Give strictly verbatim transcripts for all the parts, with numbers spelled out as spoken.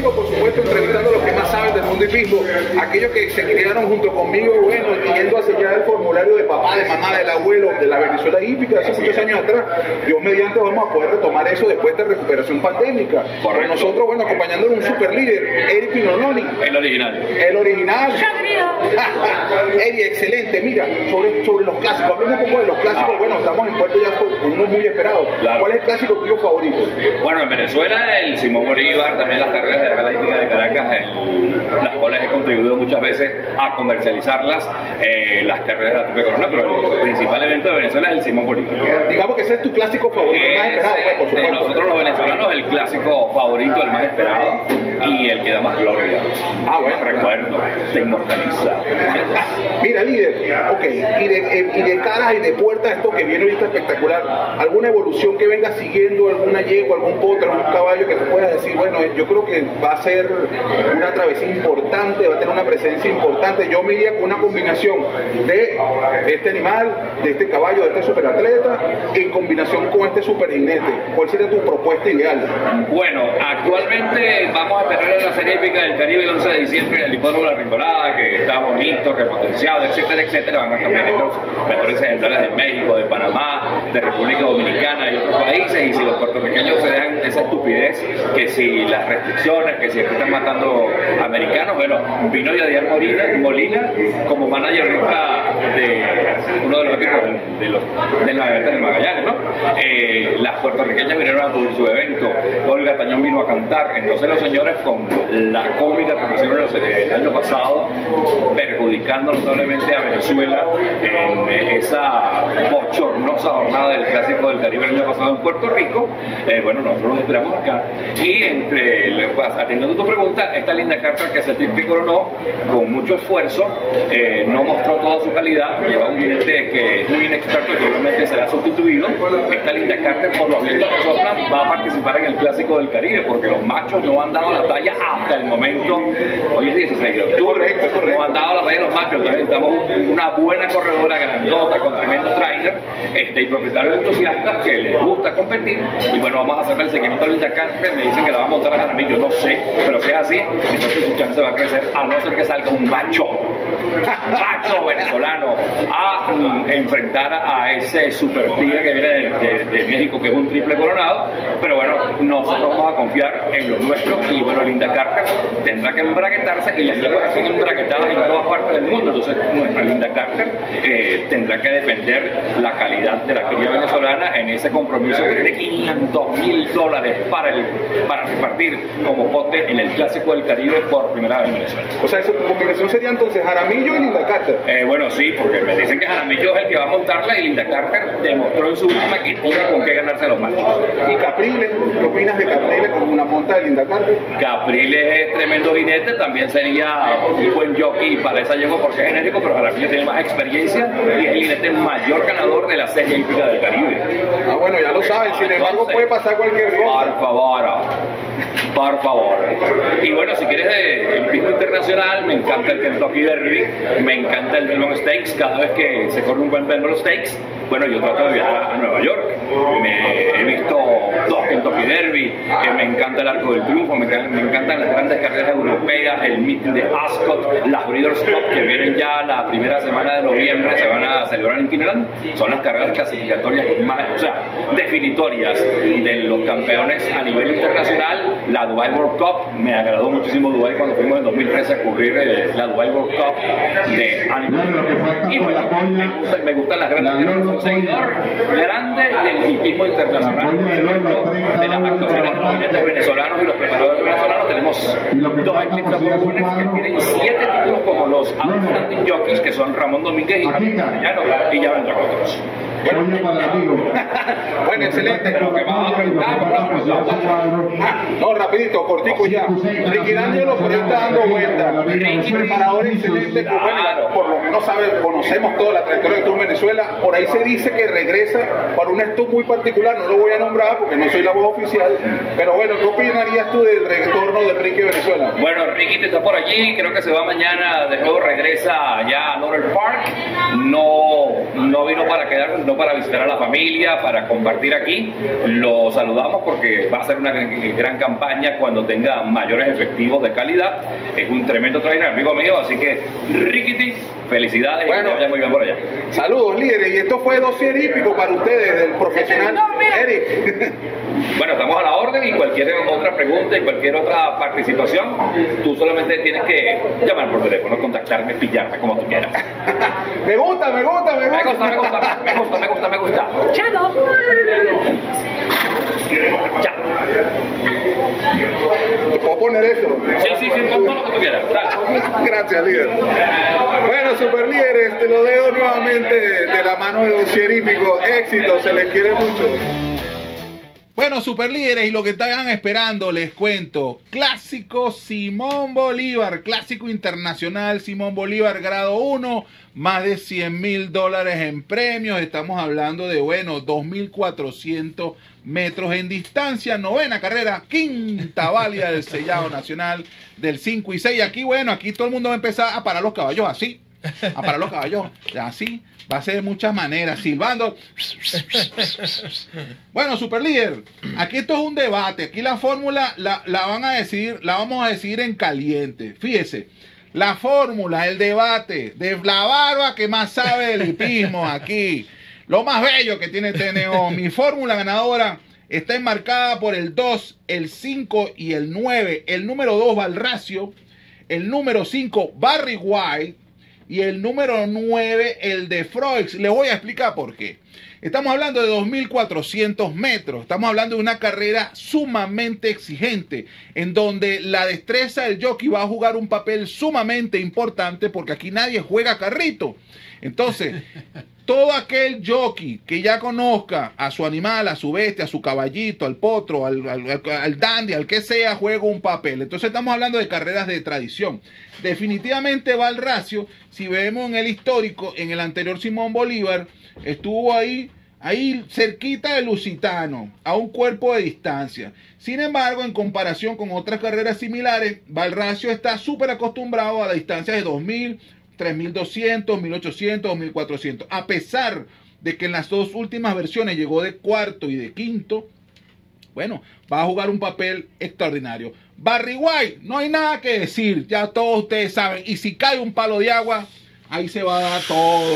hípico, por supuesto, entrevistando a los que más saben del mundo hípico, aquellos que se criaron junto conmigo, bueno, yendo hacia allá el formulario de papá, de mamá, del abuelo, de la Venezuela hípica, hace muchos años atrás. Dios mediante vamos a poder retomar eso después de recuperación pandémica. Por nosotros, bueno, acompañándole un super líder, Eric Pinoloni. El original. El original. Eric, excelente. Mira, sobre, sobre los clásicos, hablemos un poco de los clásicos. Bueno, estamos en puerto ya con uno muy esperado. Claro. ¿Cuál es el clásico tuyo favorito? Bueno, en Venezuela el Simón Bolívar, también las carreras de la Galáctica de Caracas, el, las cuales he contribuido muchas veces a comercializarlas, eh, las carreras de la Triple Corona, pero el principal evento de Venezuela es el Simón Bolívar. Digamos que ese es tu clásico favorito, el más esperado, pues, por supuesto. De nosotros los venezolanos, el clásico favorito, el más esperado y el que da más gloria. Ah, bueno. Recuerdo, te inmortaliza. Mira, líder, ok, y de, y de caras y de puertas, esto que viene ahorita espectacular, ¿alguna evolución que venga siguiendo, alguna yegua, algún potro, algún caballo que te puedas decir, bueno, yo creo que va a ser una travesía importante, va a tener una presencia importante? Yo me iría con una combinación de este animal, de este caballo, de este superatleta, en combinación con este super jinete. ¿Cuál sería tu propuesta ideal? Bueno, actualmente vamos a tener la serie épica del Caribe el once de diciembre en el hipódromo La Rinconada, que está bonito, repotenciado, etcétera, etcétera. Van a cambiar estos vetores centrales de México, de Panamá, de República Dominicana y otros países. Y si los puertorriqueños se dejan esa estupidez, que si las restricciones, que si están matando americanos, bueno, vino Yadier Molina, Molina como manager de uno de los equipos de, los, de la evento del Magallanes, ¿no? Eh, las puertorriqueñas vinieron a cubrir su evento, Olga Tañón vino a cantar. Entonces los señores, con la cómica que hicieron el año pasado, perjudicando notablemente a Venezuela en esa bochornosa jornada del Clásico del Caribe el año pasado en Puerto Rico, eh, bueno, nosotros los esperamos acá. Y entre, atendiendo tu pregunta, esta linda carta que se Triple coronó con mucho esfuerzo, eh, no mostró toda su calidad, lleva un jinete que es muy inexperto y que obviamente será sustituido. Esta linda carta, por lo menos nosotros, va a participar en el Clásico del Caribe, porque los machos no han dado la talla hasta el momento. Hoy es dieciséis de octubre, no han dado la talla los machos. Entonces necesitamos una buena corredora grandota con tremendo trainer, este, y propietarios entusiastas que les gusta competir. Y bueno, vamos a hacer el seguimiento de linda carta. Me dicen que la va a montar a Jaramillo, no sé, pero si es así, entonces su chance va a crecer, a no ser que salga un macho macho venezolano a mm, enfrentar a ese super tigre que viene de, de, de México, que es un triple coronado. Pero bueno, nosotros vamos a confiar en lo nuestro. Y bueno, Linda Carter tendrá que embraguetarse, y las yeguas están embraguetadas en todas partes del mundo. Entonces nuestra Linda Carter eh, tendrá que defender la calidad de la cría venezolana en ese compromiso que tiene quinientos mil dólares para, el, para repartir como pote en el Clásico del Caribe por primera vez en Venezuela. O sea, su combinación sería entonces Jaramillo y Linda Carter. Eh, bueno, sí, porque me dicen que Jaramillo es el que va a montarla, y Linda Carter demostró en su última que tiene con qué ganarse a los machos. ¿Y Capriles? ¿Qué opinas de Capriles como una monta de Linda Carter? Capriles es tremendo jinete, también sería un buen jockey para esa yegua porque es genético, pero Jaramillo tiene más experiencia y es el jinete mayor ganador de la serie hípica del Caribe. Ah, bueno, ya lo saben, sin embargo puede pasar cualquier cosa. Por favor, por favor. Y bueno, si quieres de empismo internacional, me encanta el Kentucky Derby, me encanta el Belmont Stakes. Cada vez que se corre un buen Belmont Stakes, bueno, yo trato de viajar a Nueva York. Me he visto dos Kentucky Derby, que me encanta el Arco del Triunfo, me, me encantan las grandes carreras europeas, el meeting de Ascot, las Breeders' Cup que vienen ya la primera semana de noviembre, se van a celebrar en Kineland. Son las carreras clasificatorias más, o sea, definitorias de los campeones a nivel internacional. La Dubai World Cup, me agradó muchísimo Dubai cuando fuimos en dos mil trece a cubrir eh, la Dubai World Cup de animales. Y bueno, me, gusta, me gustan las grandes carreras. Soy seguidor grande del hipismo internacional, de las actuaciones de los jinetes venezolanos y los preparadores venezolanos. Tenemos dos equipos jóvenes que tienen siete títulos como los outstanding jockeys, que son Ramón Domínguez y Javier Arellano, y ya vendrán otros. Bueno, bueno, excelente. Lo que vamos a preguntar, ah, no, rapidito, cortico ya. Ricky D'Angelo por ahí está dando vueltas. Un preparador excelente, pues, bueno, por lo menos sabe, conocemos toda la trayectoria que tuvo en Venezuela. Por ahí se dice que regresa para un stop muy particular, no lo voy a nombrar porque no soy la voz oficial. Pero bueno, ¿qué opinarías tú del retorno de Ricky Venezuela? Bueno, Ricky está por allí, creo que se va mañana, de nuevo regresa allá a Laurel Park. No, no no vino para quedar, no para visitar a la familia, para compartir aquí. Lo saludamos porque va a ser una gran, gran campaña cuando tenga mayores efectivos de calidad. Es un tremendo trainer, amigo mío, así que Riquiti, felicidades, bueno, y que vaya muy bien por allá. Saludos, líderes, y esto fue dossier hípico para ustedes, del profesional Eric. Bueno, estamos a la orden y cualquier otra pregunta y cualquier otra participación, tú solamente tienes que llamar por teléfono, contactarme, pillarme, como tú quieras. Me gusta, me gusta, me gusta. Me gusta, me gusta, me gusta, me gusta, me gusta. Chao. Chao. ¿Te puedo poner eso? Sí, sí, sí, con todo lo que tú quieras. Dale. Gracias, líder. Bueno, super líderes, te lo dejo nuevamente de la mano de dossier hípico. Éxito, se les quiere mucho. Bueno, super líderes, y lo que estaban esperando, les cuento. Clásico Simón Bolívar, clásico internacional Simón Bolívar grado uno, más de cien mil dólares en premios. Estamos hablando de, bueno, dos mil cuatrocientos metros en distancia. Novena carrera, quinta válida del sellado nacional del cinco y seis. Aquí, bueno, aquí todo el mundo va a empezar a parar los caballos así. A parar los caballos así. Va a ser de muchas maneras, silbando. Bueno, super líder, aquí esto es un debate. Aquí la fórmula la, la van a decidir, la vamos a decidir en caliente. Fíjese, la fórmula, el debate de la barba que más sabe del hipismo aquí. Lo más bello que tiene T N O. Mi fórmula ganadora está enmarcada por el dos, el cinco y el nueve. El número dos, Valracio. El número cinco, Barry White. Y el número nueve, el de Froix. Les voy a explicar por qué. Estamos hablando de dos mil cuatrocientos metros. Estamos hablando de una carrera sumamente exigente, en donde la destreza del jockey va a jugar un papel sumamente importante, porque aquí nadie juega carrito. Entonces, todo aquel jockey que ya conozca a su animal, a su bestia, a su caballito, al potro, al, al, al dandy, al que sea, juega un papel. Entonces estamos hablando de carreras de tradición. Definitivamente Valracio, si vemos en el histórico, en el anterior Simón Bolívar, estuvo ahí, ahí cerquita de Lusitano, a un cuerpo de distancia. Sin embargo, en comparación con otras carreras similares, Valracio está súper acostumbrado a la distancia de dos mil, tres mil doscientos, mil ochocientos, dos mil cuatrocientos. A pesar de que en las dos últimas versiones llegó de cuarto y de quinto, bueno, va a jugar un papel extraordinario. Barry White, no hay nada que decir, ya todos ustedes saben. Y si cae un palo de agua, ahí se va a dar todo.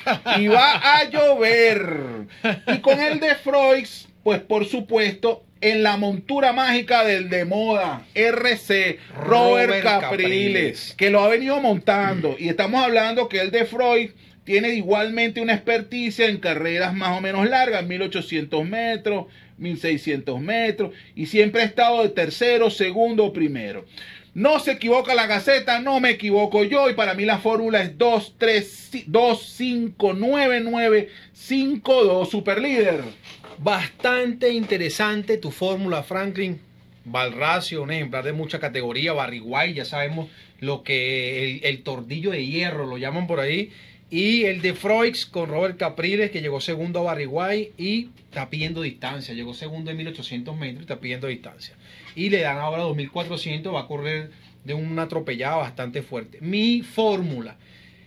Y va a llover. Y con el de Froix, pues por supuesto, en la montura mágica del de moda, R C, Robert, Robert Capriles, Capriles, que lo ha venido montando. Y estamos hablando que el de Froix tiene igualmente una experticia en carreras más o menos largas, mil ochocientos metros, mil seiscientos metros, y siempre ha estado de tercero, segundo, primero. No se equivoca la Gaceta, no me equivoco yo, y para mí la fórmula es dos, tres, dos, cinco, nueve, nueve, cinco, dos, super líder. Bastante interesante tu fórmula, Franklin. Valracio, un ejemplar de mucha categoría. Barry White, ya sabemos lo que el, el tordillo de hierro lo llaman por ahí. Y el de Froix con Robert Capriles, que llegó segundo a Barry White y está pidiendo distancia. Llegó segundo en mil ochocientos metros y está pidiendo distancia. Y le dan ahora dos mil cuatrocientos, va a correr de una atropellada bastante fuerte. Mi fórmula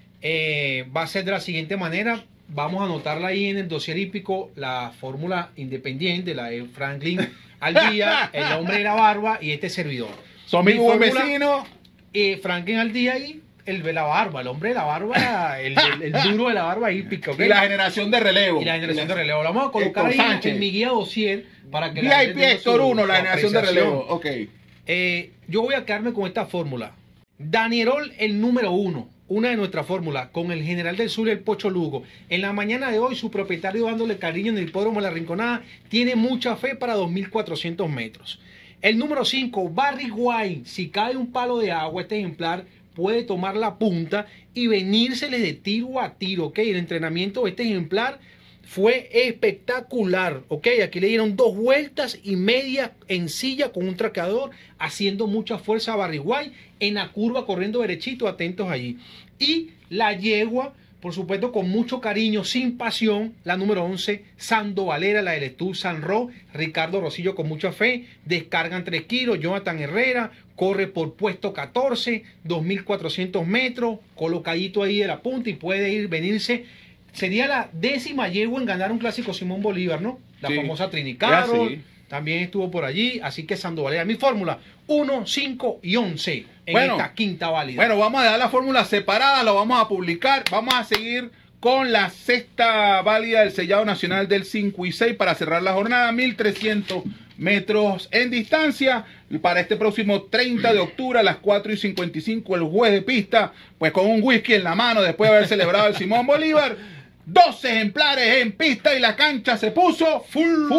eh, va a ser de la siguiente manera. Vamos a anotarla ahí en el dossier hípico, la fórmula independiente, la de Franklin al día, el hombre de la barba y este servidor. Son mis buen vecinos. Eh, Franklin al día y el de la barba, el hombre de la barba, el, el, el duro de la barba hípica. ¿Okay? Y la generación de relevo. Y la generación de relevo. Lo vamos a colocar ahí Sánchez. En mi guía dossier para que V I P Héctor uno, la generación de relevo. Ok. Eh, yo voy a quedarme con esta fórmula. Danierol, el número uno. Una de nuestras fórmulas, con el General del Sur y el Pocho Lugo. En la mañana de hoy, su propietario dándole cariño en el hipódromo de La Rinconada, tiene mucha fe para dos mil cuatrocientos metros. El número cinco, Barry White. Si cae un palo de agua, este ejemplar puede tomar la punta y venírsele de tiro a tiro, ¿ok? El entrenamiento de este ejemplar fue espectacular, ¿ok? Aquí le dieron dos vueltas y media en silla con un traqueador, haciendo mucha fuerza a Barry White, en la curva corriendo derechito, atentos allí. Y la yegua, por supuesto, con mucho cariño, sin pasión, la número once, Sando Valera, la del Estú San Ro, Ricardo Rosillo con mucha fe, descargan tres kilos, Jonathan Herrera, corre por puesto catorce, dos mil cuatrocientos metros, colocadito ahí de la punta y puede ir, venirse sería la décima yegua en ganar un clásico Simón Bolívar, ¿no? La Sí. famosa Trini Ya, Carol, sí. también estuvo por allí, así que Sandovalera. Mi fórmula, uno, cinco y once en Bueno. esta quinta válida. Bueno, vamos a dejar la fórmula separada, lo vamos a publicar. Vamos a seguir con la sexta válida del sellado nacional del cinco y seis para cerrar la jornada. mil trescientos metros en distancia. Y para este próximo treinta de octubre a las cuatro y cincuenta y cinco, el juez de pista, pues con un whisky en la mano después de haber celebrado el Simón Bolívar. Dos ejemplares en pista y la cancha se puso full.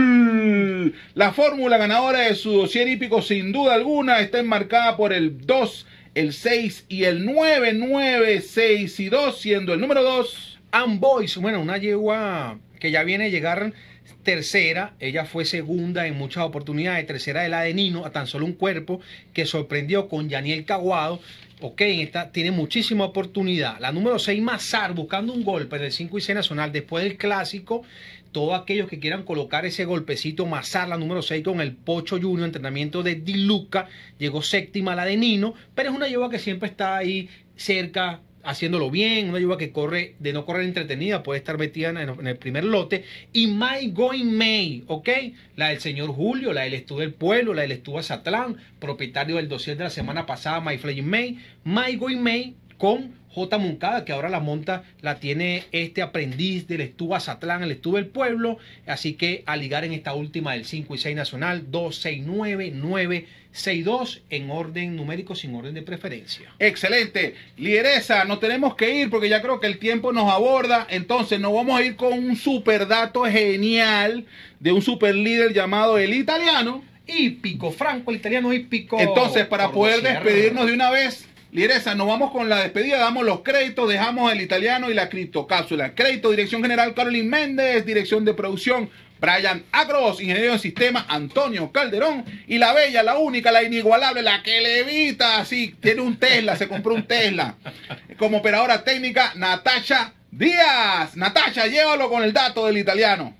full. La fórmula ganadora de su dossier hípico, sin duda alguna, está enmarcada por el dos, el seis y el nueve, nueve, seis y dos, siendo el número dos. Amboys, bueno, una yegua que ya viene a llegar tercera, ella fue segunda en muchas oportunidades, tercera de la de Nino, a tan solo un cuerpo, que sorprendió con Yaniel Caguado. Ok, esta tiene muchísima oportunidad. La número seis, Mazar, buscando un golpe en el cinco y seis nacional después del clásico. Todos aquellos que quieran colocar ese golpecito, Mazar, la número seis, con el Pocho Junior, entrenamiento de Di Luca, llegó séptima la de Nino, pero es una yegua que siempre está ahí cerca, haciéndolo bien, una yegua que corre, de no correr entretenida, puede estar metida en, en el primer lote. Y My Going May, ¿ok? La del señor Julio, la del Estú del Pueblo, la del Estú Azatlán, propietario del dossier de la semana pasada, My Flying May. My Going May con J. Moncada, que ahora la monta, la tiene este aprendiz del Estú Azatlán, el Estú del Pueblo. Así que a ligar en esta última del cinco y seis nacional, dos, seis, nueve, nueve, seis, dos, en orden numérico, sin orden de preferencia. Excelente. Lideresa, nos tenemos que ir porque ya creo que el tiempo nos aborda. Entonces nos vamos a ir con un super dato genial de un super líder llamado el Italiano. Hípico, Franco, el italiano hípico. Entonces, para poder Cordocierra. despedirnos de una vez, lideresa, nos vamos con la despedida, damos los créditos, dejamos el Italiano y la criptocápsula. Crédito, dirección general, Carolyn Méndez, dirección de producción, Brian Agros, ingeniero de sistema, Antonio Calderón, y la bella, la única, la inigualable, la que levita, así, tiene un Tesla, se compró un Tesla. Como operadora técnica, Natasha Díaz. Natasha, llévalo con el dato del Italiano.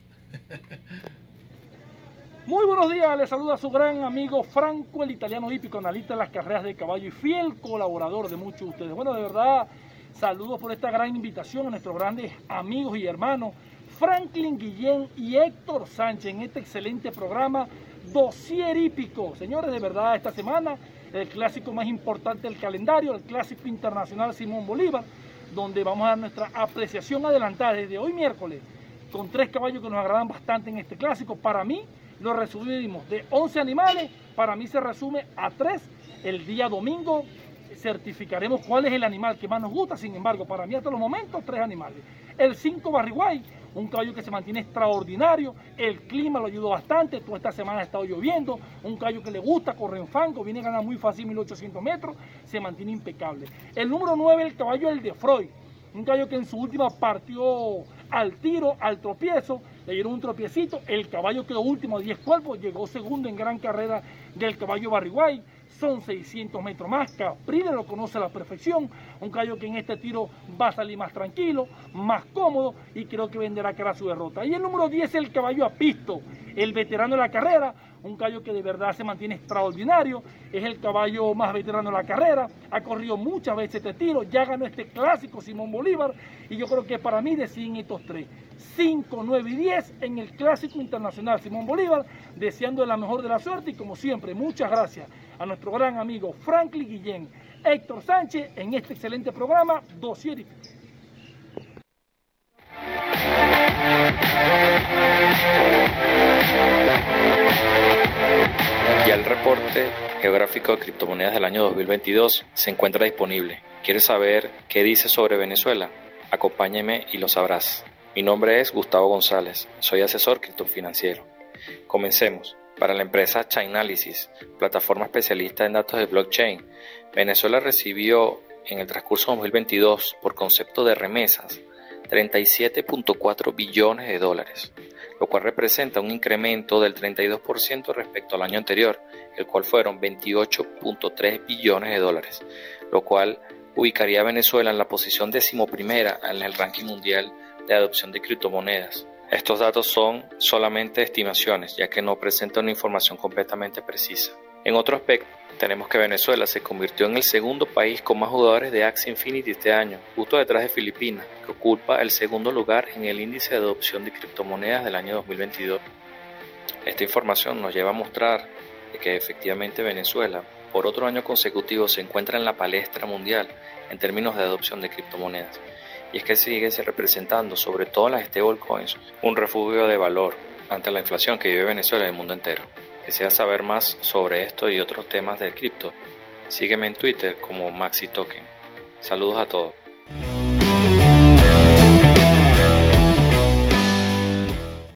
Muy buenos días, les saluda su gran amigo Franco, el italiano hípico, analista de las carreras de caballo y fiel colaborador de muchos de ustedes. Bueno, de verdad, saludos por esta gran invitación a nuestros grandes amigos y hermanos Franklin Guillén y Héctor Sánchez en este excelente programa Dossier Hípico. Señores, de verdad, esta semana el clásico más importante del calendario, el Clásico Internacional Simón Bolívar, donde vamos a dar nuestra apreciación adelantada desde hoy miércoles con tres caballos que nos agradan bastante en este clásico. Para mí, lo resumimos de once animales, para mí se resume a tres. El día domingo certificaremos cuál es el animal que más nos gusta, sin embargo, para mí hasta los momentos, tres animales. El cinco Barriguay, un caballo que se mantiene extraordinario, el clima lo ayudó bastante, toda esta semana ha estado lloviendo, un caballo que le gusta, corre en fango, viene a ganar muy fácil mil ochocientos metros, se mantiene impecable. El número nueve, el caballo el de Freud, un caballo que en su última partió al tiro, al tropiezo, le dieron un tropiecito, el caballo quedó último a diez cuerpos, llegó segundo en gran carrera del caballo Barriguay, son seiscientos metros más, Capriles lo conoce a la perfección, un caballo que en este tiro va a salir más tranquilo, más cómodo y creo que venderá cara a su derrota. Y el número diez, el caballo Apisto, el veterano de la carrera, un caballo que de verdad se mantiene extraordinario, es el caballo más veterano de la carrera, ha corrido muchas veces este tiro, ya ganó este clásico Simón Bolívar y yo creo que para mí deciden estos tres, cinco, nueve y diez en el Clásico Internacional Simón Bolívar, deseando la mejor de la suerte y como siempre, muchas gracias a nuestro gran amigo Franklin Guillén, Héctor Sánchez en este excelente programa Dossier Hípico. Ya el reporte geográfico de criptomonedas del año dos mil veintidós se encuentra disponible. ¿Quieres saber qué dice sobre Venezuela? Acompáñeme y lo sabrás. Mi nombre es Gustavo González, soy asesor criptofinanciero. Comencemos. Para la empresa Chainalysis, plataforma especialista en datos de blockchain, Venezuela recibió en el transcurso de dos mil veintidós, por concepto de remesas, treinta y siete punto cuatro billones de dólares, lo cual representa un incremento del treinta y dos por ciento respecto al año anterior, el cual fueron veintiocho punto tres billones de dólares, lo cual ubicaría a Venezuela en la posición decimoprimera en el ranking mundial de adopción de criptomonedas. Estos datos son solamente estimaciones, ya que no presentan una información completamente precisa. En otro aspecto, tenemos que Venezuela se convirtió en el segundo país con más jugadores de Axie Infinity este año, justo detrás de Filipinas, que ocupa el segundo lugar en el índice de adopción de criptomonedas del año dos mil veintidós. Esta información nos lleva a mostrar que efectivamente Venezuela, por otro año consecutivo, se encuentra en la palestra mundial en términos de adopción de criptomonedas. Y es que sigue representando, sobre todo en las stablecoins, un refugio de valor ante la inflación que vive Venezuela y el mundo entero. Deseas saber más sobre esto y otros temas del cripto, sígueme en Twitter como MaxiToken. Saludos a todos.